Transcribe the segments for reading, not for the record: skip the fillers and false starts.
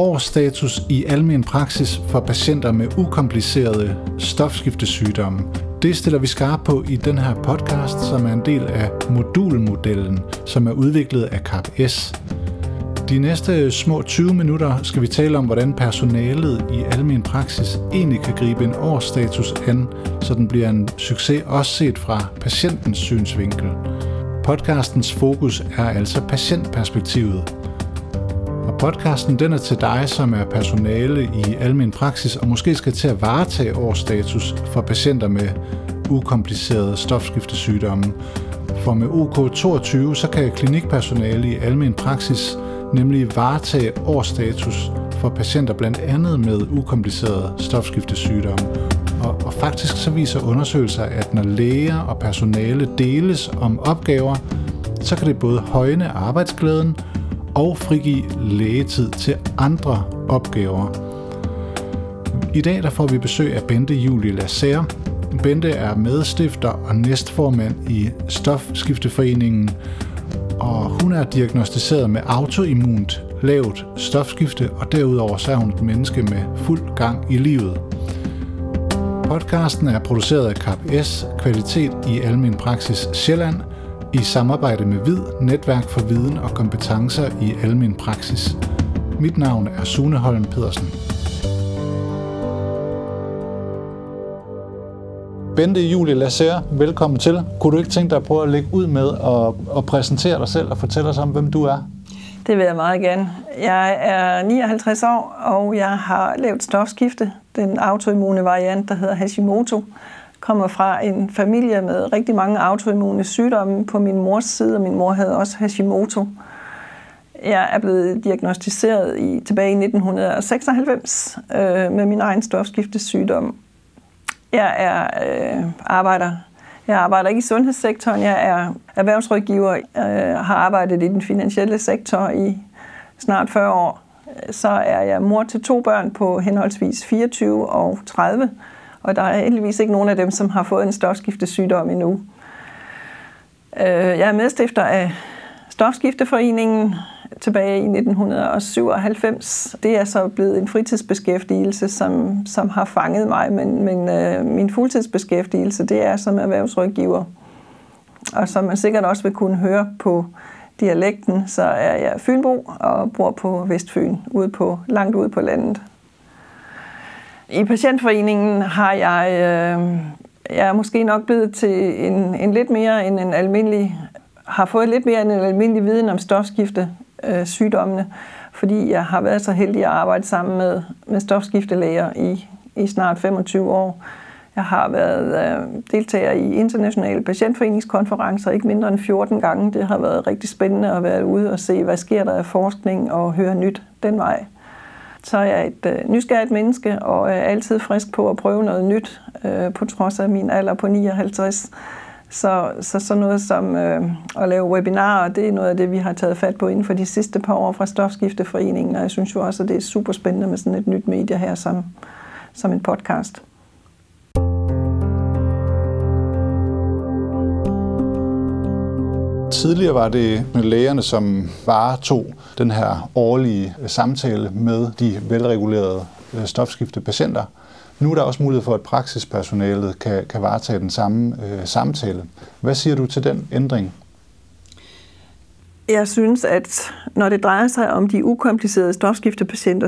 årsstatus i almen praksis for patienter med ukomplicerede stofskiftesygdomme. Det stiller vi skarpt på i den her podcast, som er en del af modulmodellen, som er udviklet af CAP-S. De næste små 20 minutter skal vi tale om, hvordan personalet i almen praksis egentlig kan gribe en årsstatus an, så den bliver en succes også set fra patientens synsvinkel. Podcastens fokus er altså patientperspektivet. Og podcasten den er til dig, som er personale i almen praksis og måske skal til at varetage årsstatus for patienter med ukomplicerede stofskiftesygdomme. For med OK22 så kan klinikpersonale i almen praksis nemlig varetage årsstatus for patienter blandt andet med ukomplicerede stofskiftesygdomme. Og faktisk så viser undersøgelser, at når læger og personale deles om opgaver, så kan det både højne arbejdsglæden og frigive lægetid til andre opgaver. I dag der får vi besøg af Bente Julie Lasserre. Bente er medstifter og næstformand i Stofskifteforeningen, og hun er diagnosticeret med autoimmunt lavt stofskifte, og derudover så er hun et menneske med fuld gang i livet. Podcasten er produceret af CAP-S, Kvalitet i Almen Praksis Sjælland, i samarbejde med VID, Netværk for Viden og Kompetencer i Almen Praksis. Mit navn er Sune Holm Pedersen. Bente Julie Lasserre, velkommen til. Kunne du ikke tænke dig at prøve at lægge ud med at præsentere dig selv og fortælle os om, hvem du er? Det vil jeg meget gerne. Jeg er 59 år, og jeg har lavet stofskifte. Den autoimmune variant, der hedder Hashimoto, kommer fra en familie med rigtig mange autoimmune sygdomme på min mors side, og min mor havde også Hashimoto. Jeg er blevet diagnosticeret tilbage i 1996 med min egen stofskiftesygdom. Jeg arbejder ikke i sundhedssektoren, jeg er erhvervsrådgiver. Jeg har arbejdet i den finansielle sektor i snart 40 år. Så er jeg mor til 2 børn på henholdsvis 24 og 30, og der er heldigvis ikke nogen af dem, som har fået en stofskiftesygdom endnu. Jeg er medstifter af Stofskifteforeningen tilbage i 1997. Det er så blevet en fritidsbeskæftigelse, som har fanget mig, men min fuldtidsbeskæftigelse, det er som erhvervsrådgiver. Og som man sikkert også vil kunne høre på dialekten, så er jeg fynbo og bor på Vestfyn, langt ude på landet. I patientforeningen har jeg er måske nok blevet til en lidt mere end en almindelig, har fået lidt mere end en almindelig viden om stofskiftesygdommene, fordi jeg har været så heldig at arbejde sammen med stofskiftelæger i snart 25 år. Jeg har været deltager i internationale patientforeningskonferencer ikke mindre end 14 gange. Det har været rigtig spændende at være ude og se, hvad sker der af forskning og høre nyt den vej. Så er jeg et nysgerrigt menneske og er altid frisk på at prøve noget nyt, på trods af min alder på 59. Så sådan noget som at lave webinarer, det er noget af det, vi har taget fat på inden for de sidste par år fra Stofskifteforeningen, og jeg synes jo også, at det er super spændende med sådan et nyt medie her som en podcast. Tidligere var det lægerne, som varetog den her årlige samtale med de velregulerede stofskiftepatienter. Nu er der også mulighed for, at praksispersonalet kan varetage den samme samtale. Hvad siger du til den ændring? Jeg synes, at når det drejer sig om de ukomplicerede stofskiftepatienter,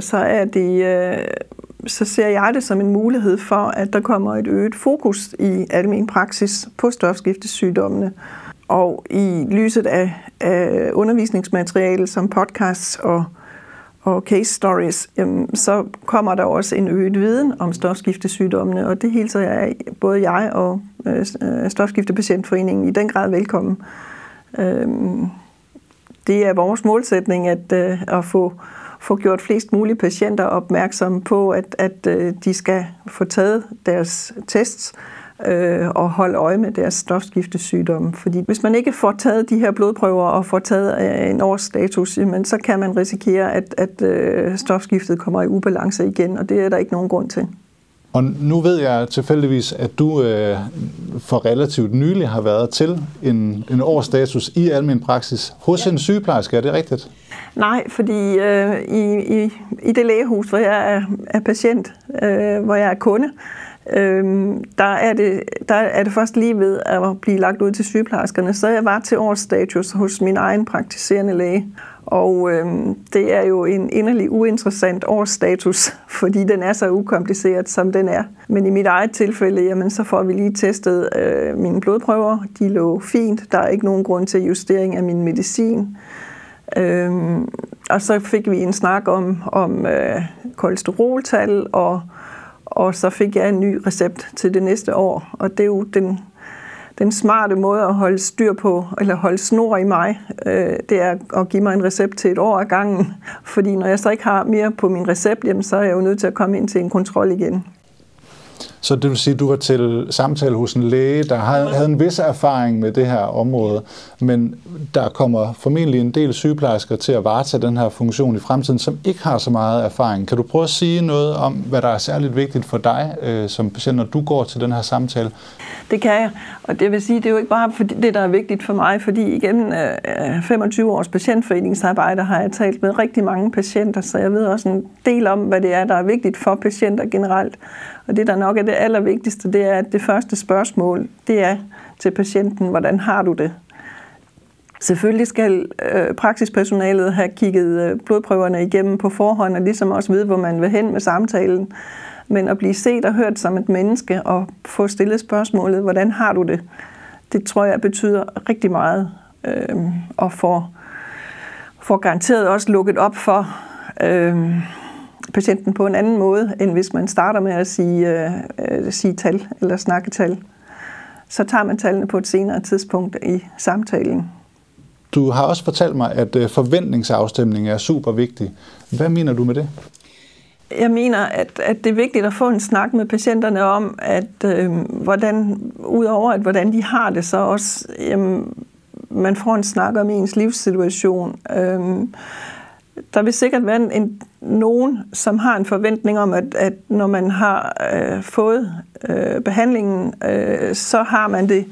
så ser jeg det som en mulighed for, at der kommer et øget fokus i almen praksis på stofskiftesygdommene. Og i lyset af undervisningsmateriale som podcasts og case stories, så kommer der også en øget viden om stofskiftesygdommene, og det hilser jeg, både jeg og Stofskiftepatientforeningen i den grad velkommen. Det er vores målsætning at få gjort flest mulige patienter opmærksomme på, at de skal få taget deres tests og holde øje med deres stofskiftesygdomme. Fordi hvis man ikke får taget de her blodprøver og får taget en årsstatus, så kan man risikere, at stofskiftet kommer i ubalance igen, og det er der ikke nogen grund til. Og nu ved jeg tilfældigvis, at du for relativt nylig har været til en årsstatus i almen praksis hos en sygeplejerske. Er det rigtigt? Nej, fordi i det lægehus, hvor jeg er patient, hvor jeg er kunde, der er det først lige ved at blive lagt ud til sygeplejerskerne. Så jeg var til årsstatus hos min egen praktiserende læge. Og det er jo en inderlig uinteressant årsstatus, fordi den er så ukompliceret, som den er. Men i mit eget tilfælde, jamen, så får vi lige testet mine blodprøver. De lå fint. Der er ikke nogen grund til justering af min medicin. Og så fik vi en snak om kolesteroltal, og så fik jeg en ny recept til det næste år. Og det er jo den smarte måde at holde styr på, eller holde snor i mig, det er at give mig en recept til et år ad gangen. Fordi når jeg så ikke har mere på min recept, jamen, så er jeg jo nødt til at komme ind til en kontrol igen. Så det vil sige, at du var til samtale hos en læge, der havde en vis erfaring med det her område, men der kommer formentlig en del sygeplejersker til at varetage den her funktion i fremtiden, som ikke har så meget erfaring. Kan du prøve at sige noget om, hvad der er særligt vigtigt for dig som patient, når du går til den her samtale? Det kan jeg, og det vil sige, det er jo ikke bare det, der er vigtigt for mig, fordi igennem 25 års patientforeningsarbejde har jeg talt med rigtig mange patienter, så jeg ved også en del om, hvad det er, der er vigtigt for patienter generelt. Og det, der nok er det allervigtigste, det er, at det første spørgsmål, det er til patienten, hvordan har du det? Selvfølgelig skal praksispersonalet have kigget blodprøverne igennem på forhånd, og ligesom også vide, hvor man vil hen med samtalen. Men at blive set og hørt som et menneske og få stillet spørgsmålet, hvordan har du det? Det tror jeg betyder rigtig meget, og får garanteret også lukket op for patienten på en anden måde, end hvis man starter med at sige tal eller snakke tal. Så tager man tallene på et senere tidspunkt i samtalen. Du har også fortalt mig, at forventningsafstemning er super vigtig. Hvad mener du med det? Jeg mener, at det er vigtigt at få en snak med patienterne om, at hvordan de har det, så også man får en snak om ens livssituation. Der vil sikkert være nogen, som har en forventning om, at når man har fået behandlingen, så har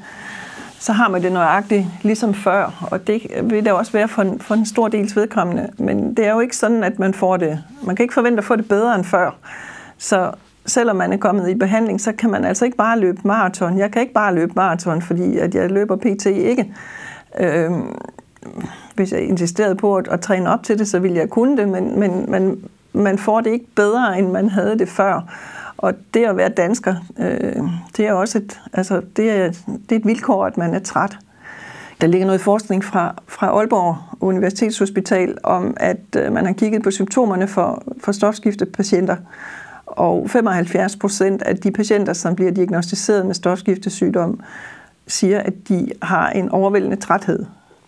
man det nøjagtigt ligesom før, og det vil der også være for en stor dels vedkommende. Men det er jo ikke sådan, at man får det. Man kan ikke forvente at få det bedre end før. Så selvom man er kommet i behandling, så kan man altså ikke bare løbe maraton. Jeg kan ikke bare løbe maraton, fordi at jeg løber pt. Ikke. Hvis jeg insisterede på at træne op til det, så ville jeg kunne det, men man får det ikke bedre, end man havde det før. Og det at være dansker, det er også det er et vilkår, at man er træt. Der ligger noget forskning fra Aalborg Universitetshospital om, at man har kigget på symptomerne for stofskiftepatienter, og 75% af de patienter, som bliver diagnosticeret med stofskiftesygdom, siger, at de har en overvældende træthed.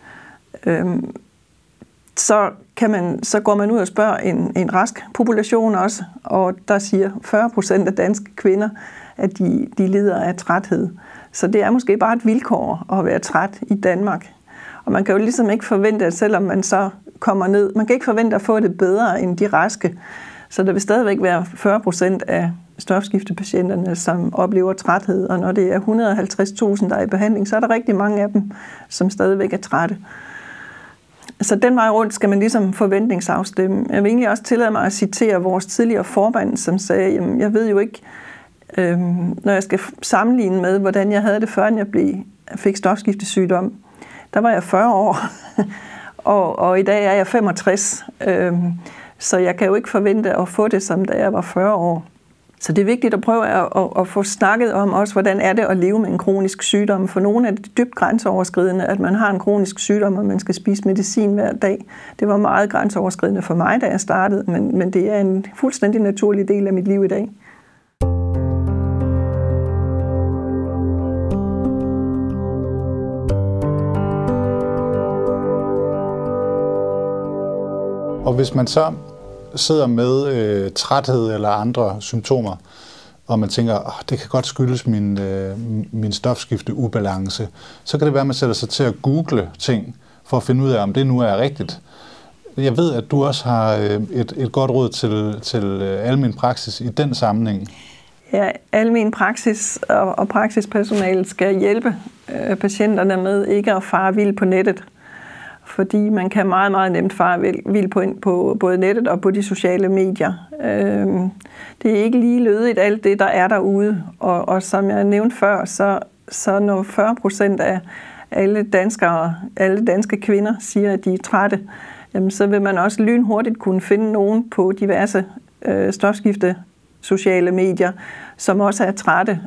Så går man ud og spørger en rask population også, og der siger 40% af danske kvinder, at de lider af træthed. Så det er måske bare et vilkår at være træt i Danmark. Og man kan jo ligesom ikke forvente, at selvom man så kommer ned, man kan ikke forvente at få det bedre end de raske. Så der vil stadigvæk være 40% af stofskiftepatienterne, som oplever træthed, og når det er 150.000, der er i behandling, så er der rigtig mange af dem, som stadigvæk er trætte. Så den vej rundt skal man ligesom forventningsafstemme. Jeg vil egentlig også tillade mig at citere vores tidligere formand, som sagde, jamen, jeg ved jo ikke, når jeg skal sammenligne med, hvordan jeg havde det, før jeg fik stofskiftesygdom. Der var jeg 40 år, og i dag er jeg 65, så jeg kan jo ikke forvente at få det, som da jeg var 40 år. Så det er vigtigt at prøve at få snakket om også, hvordan er det at leve med en kronisk sygdom. For nogle er det dybt grænseoverskridende, at man har en kronisk sygdom, og man skal spise medicin hver dag. Det var meget grænseoverskridende for mig, da jeg startede, men det er en fuldstændig naturlig del af mit liv i dag. Og hvis man så sidder med træthed eller andre symptomer, og man tænker, det kan godt skyldes min stofskifteubalance, så kan det være, at man sætter sig til at google ting, for at finde ud af, om det nu er rigtigt. Jeg ved, at du også har et godt råd til almen praksis i den sammenhæng. Ja, almen praksis og praksispersonalet skal hjælpe patienterne med ikke at fare vild på nettet. Fordi man kan meget, meget nemt fare vild på både nettet og på de sociale medier. Det er ikke lige lødigt alt det, der er derude. Og som jeg nævnte før, så når 40% af alle danske kvinder siger, at de er trætte, jamen, så vil man også lynhurtigt kunne finde nogen på diverse stofskifte sociale medier, som også er trætte.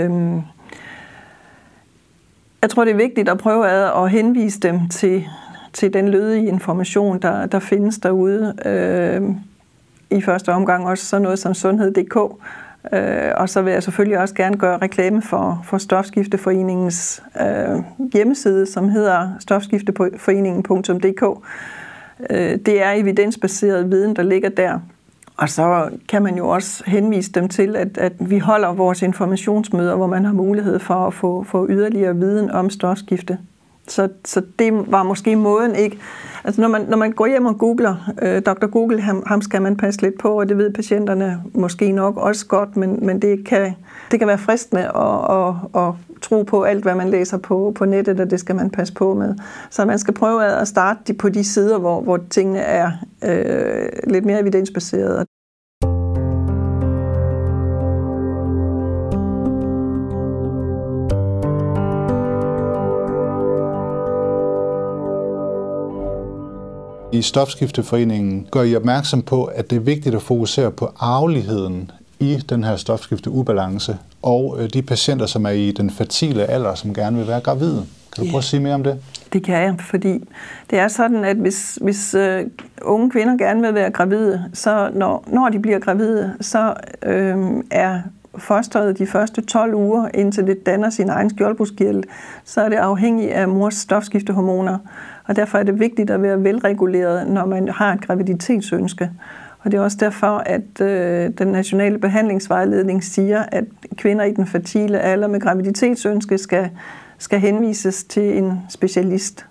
Jeg tror, det er vigtigt at prøve at henvise dem til den lødige information, der findes derude. I første omgang også sådan noget som sundhed.dk. Og så vil jeg selvfølgelig også gerne gøre reklame for Stofskifteforeningens hjemmeside, som hedder stofskifteforeningen.dk. Det er evidensbaseret viden, der ligger der. Og så kan man jo også henvise dem til, at vi holder vores informationsmøder, hvor man har mulighed for at få yderligere viden om stofskifte. Så det var måske måden ikke. Altså når man går hjem og googler, Dr. Google, ham skal man passe lidt på, og det ved patienterne måske nok også godt, men det kan være fristende at tro på alt, hvad man læser på nettet, og det skal man passe på med. Så man skal prøve at starte på de sider, hvor tingene er lidt mere evidensbaserede. I Stofskifteforeningen gør I opmærksom på, at det er vigtigt at fokusere på arveligheden i den her stofskifteubalance, og de patienter, som er i den fertile alder, som gerne vil være gravide. Kan du prøve at sige mere om det? Det kan jeg, fordi det er sådan, at hvis unge kvinder gerne vil være gravide, så når de bliver gravide, så er fosteret de første 12 uger, indtil det danner sin egen skjoldbruskkirtel, så er det afhængigt af mors stofskiftehormoner. Og derfor er det vigtigt at være velreguleret, når man har et graviditetsønske. Og det er også derfor, at den nationale behandlingsvejledning siger, at kvinder i den fertile alder med graviditetsønske skal henvises til en specialist.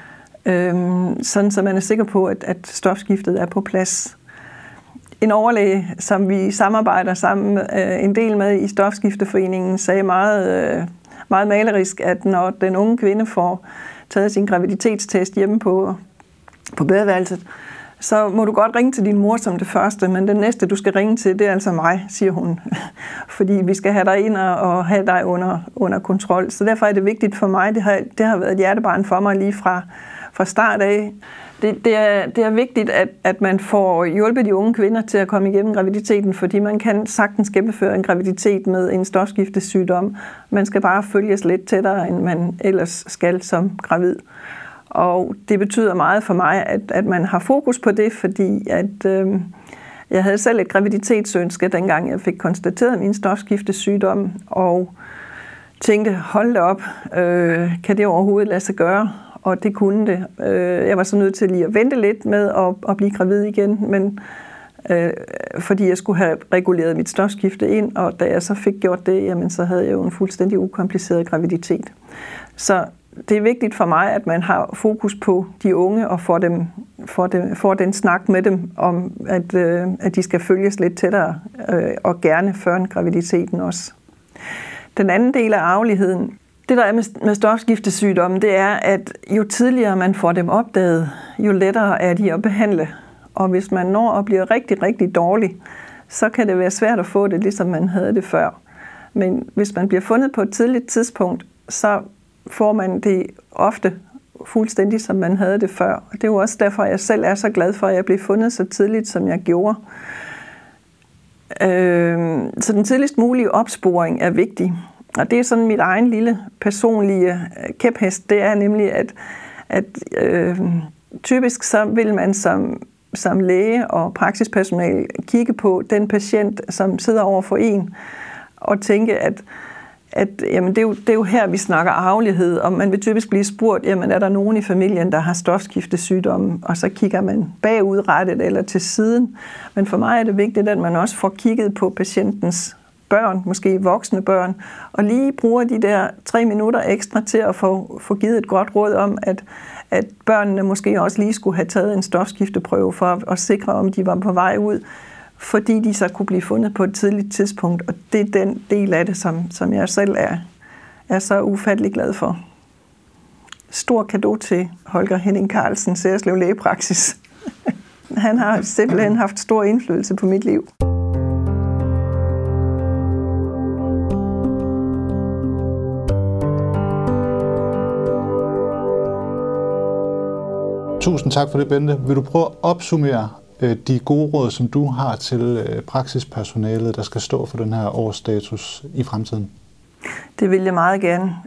Sådan så man er sikker på, at stofskiftet er på plads. En overlæge, som vi samarbejder sammen en del med i Stofskifteforeningen, sagde meget malerisk, at når den unge kvinde får taget sin graviditetstest hjemme på badeværelset, så må du godt ringe til din mor som det første, men den næste, du skal ringe til, det er altså mig, siger hun. Fordi vi skal have dig ind og have dig under kontrol. Så derfor er det vigtigt for mig, det har været et hjertebarn for mig lige fra start af. Det er vigtigt, at man får hjulpet de unge kvinder til at komme igennem graviditeten, fordi man kan sagtens gennemføre en graviditet med en stofskiftesygdom. Man skal bare følges lidt tættere, end man ellers skal som gravid. Og det betyder meget for mig, at man har fokus på det, fordi jeg havde selv et graviditetsønske, dengang jeg fik konstateret min stofskiftesygdom, og tænkte, hold da op, kan det overhovedet lade sig gøre? Og det kunne det. Jeg var så nødt til lige at vente lidt med at blive gravid igen, men fordi jeg skulle have reguleret mit stofskifte ind, og da jeg så fik gjort det, jamen, så havde jeg jo en fuldstændig ukompliceret graviditet. Så det er vigtigt for mig, at man har fokus på de unge og får den snak med dem om, at de skal følges lidt tættere, og gerne før graviditeten også. Den anden del af arveligheden, det der er med stofskiftesygdomme, det er, at jo tidligere man får dem opdaget, jo lettere er de at behandle. Og hvis man når at blive rigtig, rigtig dårlig, så kan det være svært at få det, ligesom man havde det før. Men hvis man bliver fundet på et tidligt tidspunkt, så får man det ofte fuldstændig, som man havde det før. Og det er jo også derfor, jeg selv er så glad for, at jeg blev fundet så tidligt, som jeg gjorde. Så den tidligst mulige opsporing er vigtig. Og det er sådan mit egen lille personlige kæphest. Det er nemlig, at typisk så vil man som læge og praksispersonale kigge på den patient, som sidder over for en, og tænke, at jamen, det er jo her, vi snakker arvelighed, og man vil typisk blive spurgt, jamen, er der nogen i familien, der har stofskiftesygdomme, og så kigger man bagudrettet eller til siden. Men for mig er det vigtigt, at man også får kigget på patientens børn, måske voksne børn, og lige bruger de der 3 minutter ekstra til at få givet et godt råd om, at børnene måske også lige skulle have taget en stofskifteprøve for at sikre, om de var på vej ud. fordi de så kunne blive fundet på et tidligt tidspunkt, og det er den del af det, som jeg selv er så ufattelig glad for. Stor cadeau til Holger Henning Carlsen, Serslev Lægepraksis. Han har simpelthen haft stor indflydelse på mit liv. Tusind tak for det, Bente. Vil du prøve at opsummere de gode råd, som du har til praksispersonalet, der skal stå for den her årsstatus i fremtiden? Det vil jeg meget gerne.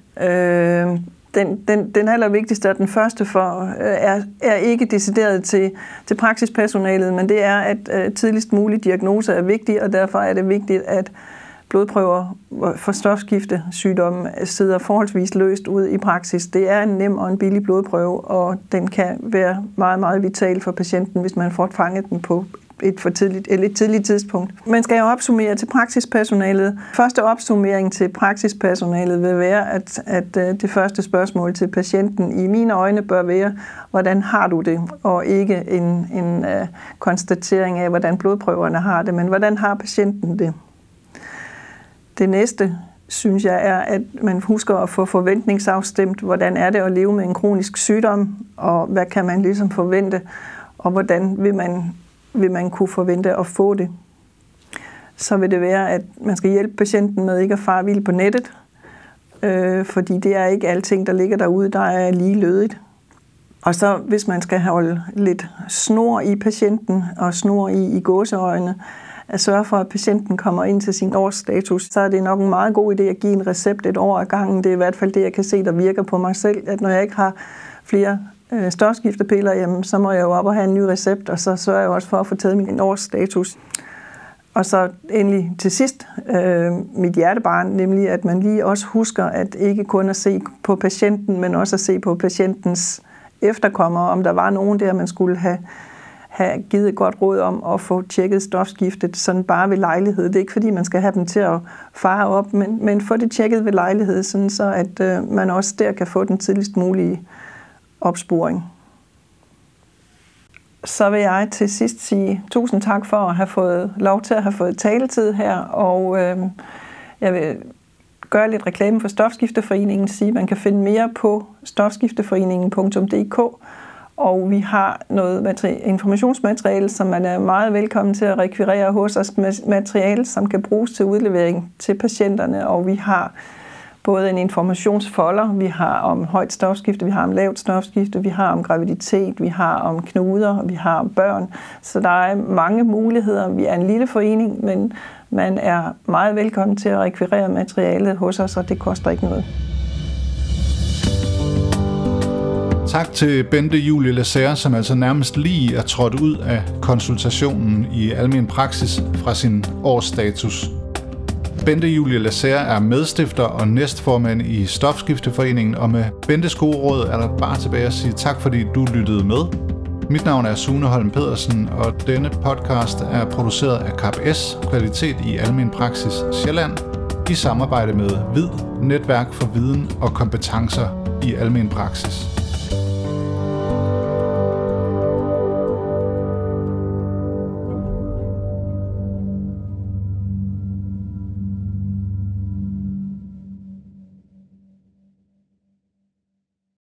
Den allervigtigste og den første er ikke decideret til praksispersonalet, men det er, at tidligst mulig diagnose er vigtig, og derfor er det vigtigt, at blodprøver for stofskiftesygdomme sidder forholdsvis løst ud i praksis. Det er en nem og en billig blodprøve, og den kan være meget, meget vital for patienten, hvis man får fanget den på et tidligt tidspunkt. Man skal jo opsummere til praksispersonalet. Første opsummering til praksispersonalet vil være, at det første spørgsmål til patienten i mine øjne bør være, hvordan har du det? Og ikke en konstatering af, hvordan blodprøverne har det, men hvordan har patienten det? Det næste, synes jeg, er, at man husker at få forventningsafstemt, hvordan er det at leve med en kronisk sygdom, og hvad kan man ligesom forvente, og hvordan vil man kunne forvente at få det. Så vil det være, at man skal hjælpe patienten med ikke at fare vild på nettet, fordi det er ikke alting, der ligger derude, der er lige lødigt. Og så hvis man skal holde lidt snor i patienten, og snor i gåseøjne, at sørge for, at patienten kommer ind til sin årsstatus, så er det nok en meget god idé at give en recept et år ad gangen. Det er i hvert fald det, jeg kan se, der virker på mig selv, at når jeg ikke har flere stofskiftepiller, jamen, så må jeg jo op og have en ny recept, og så sørger jeg også for at få taget min årsstatus. Og så endelig til sidst mit hjertebarn, nemlig at man lige også husker, at ikke kun at se på patienten, men også at se på patientens efterkommere, om der var nogen der, man skulle have givet et godt råd om at få tjekket stofskiftet sådan bare ved lejlighed. Det er ikke fordi, man skal have dem til at fare op, men få det tjekket ved lejlighed, sådan så at man også der kan få den tidligst mulige opsporing. Så vil jeg til sidst sige tusind tak for at have fået lov til at have fået taletid her, og jeg vil gøre lidt reklame for Stofskifteforeningen, sige, at man kan finde mere på stofskifteforeningen.dk, og vi har noget informationsmateriale, som man er meget velkommen til at rekvirere hos os, med materiale, som kan bruges til udlevering til patienterne, og vi har både en informationsfolder, vi har om højt stofskifte, vi har om lavt stofskifte, vi har om graviditet, vi har om knuder, vi har om børn. Så der er mange muligheder. Vi er en lille forening, men man er meget velkommen til at rekvirere materialet hos os, og det koster ikke noget. Tak til Bente Julie Lasserre, som altså nærmest lige er trådt ud af konsultationen i almen praksis fra sin årsstatus. Bente Julie Lasserre er medstifter og næstformand i Stofskifteforeningen, og med Bentes gode råd er der bare tilbage at sige tak, fordi du lyttede med. Mit navn er Sune Holm Pedersen, og denne podcast er produceret af KPS, Kvalitet i Almen Praksis Sjælland, i samarbejde med VID, Netværk for Viden og Kompetencer i Almen Praksis.